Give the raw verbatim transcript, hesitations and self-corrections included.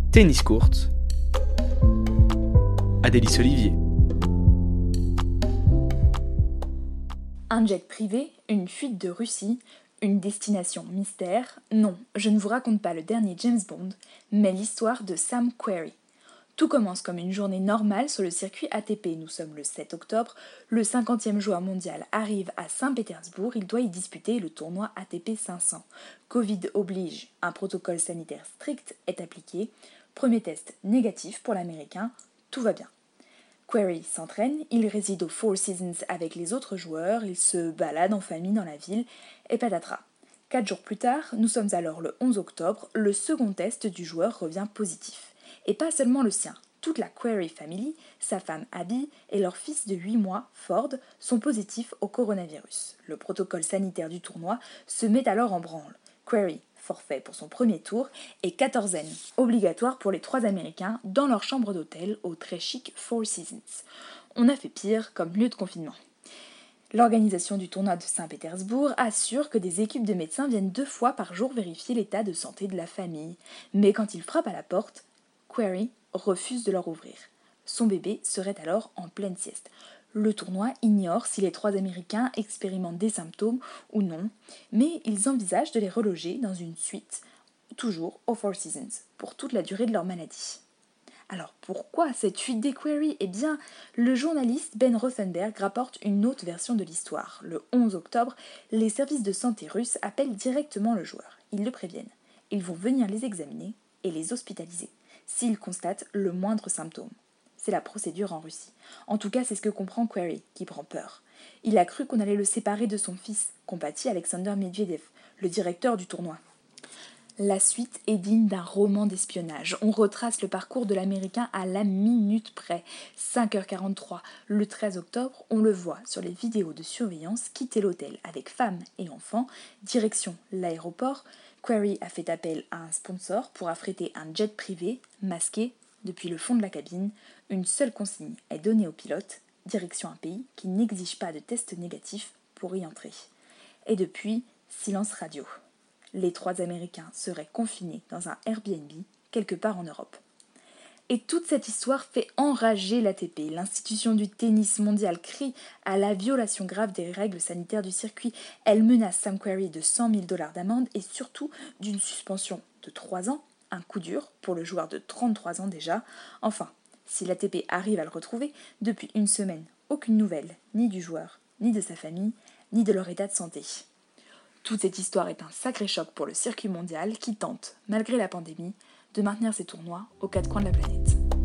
Tennis Court, Adélis Olivier. Un jet privé, une fuite de Russie, une destination mystère. Non, je ne vous raconte pas le dernier James Bond, mais l'histoire de Sam Querrey. Tout commence comme une journée normale sur le circuit A T P. Nous sommes le sept octobre, le cinquantième joueur mondial arrive à Saint-Pétersbourg, il doit y disputer le tournoi A T P cinq cents. Covid oblige, un protocole sanitaire strict est appliqué. Premier test négatif pour l'Américain, tout va bien. Querrey s'entraîne, il réside au Four Seasons avec les autres joueurs, il se balade en famille dans la ville, et patatras. Quatre jours plus tard, nous sommes alors le onze octobre, le second test du joueur revient positif. Et pas seulement le sien, toute la Querrey Family, sa femme Abby et leur fils de huit mois, Ford, sont positifs au coronavirus. Le protocole sanitaire du tournoi se met alors en branle. Querrey, forfait pour son premier tour, et quatorzaine obligatoire pour les trois Américains dans leur chambre d'hôtel au très chic Four Seasons. On a fait pire comme lieu de confinement. L'organisation du tournoi de Saint-Pétersbourg assure que des équipes de médecins viennent deux fois par jour vérifier l'état de santé de la famille. Mais quand ils frappent à la porte, Querrey refuse de leur ouvrir. Son bébé serait alors en pleine sieste. Le tournoi ignore si les trois Américains expérimentent des symptômes ou non, mais ils envisagent de les reloger dans une suite, toujours au Four Seasons, pour toute la durée de leur maladie. Alors pourquoi cette fuite des Querrey ? Eh bien, le journaliste Ben Rothenberg rapporte une autre version de l'histoire. Le onze octobre, les services de santé russes appellent directement le joueur. Ils le préviennent. Ils vont venir les examiner et les hospitaliser s'ils constatent le moindre symptôme. C'est la procédure en Russie. En tout cas, c'est ce que comprend Querrey, qui prend peur. Il a cru qu'on allait le séparer de son fils, compatit Alexander Medvedev, le directeur du tournoi. La suite est digne d'un roman d'espionnage. On retrace le parcours de l'Américain à la minute près. cinq heures quarante-trois, le treize octobre, on le voit sur les vidéos de surveillance quitter l'hôtel avec femme et enfants, direction l'aéroport. Querrey a fait appel à un sponsor pour affréter un jet privé, masqué, depuis le fond de la cabine. Une seule consigne est donnée au pilote, direction un pays qui n'exige pas de test négatif pour y entrer. Et depuis, silence radio. Les trois Américains seraient confinés dans un Airbnb quelque part en Europe. Et toute cette histoire fait enrager l'A T P. L'institution du tennis mondial crie à la violation grave des règles sanitaires du circuit. Elle menace Sam Querrey de cent mille dollars d'amende et surtout d'une suspension de trois ans, un coup dur pour le joueur de trente-trois ans déjà. Enfin, si l'A T P arrive à le retrouver, depuis une semaine, aucune nouvelle, ni du joueur, ni de sa famille, ni de leur état de santé. Toute cette histoire est un sacré choc pour le circuit mondial qui tente, malgré la pandémie, de maintenir ses tournois aux quatre coins de la planète.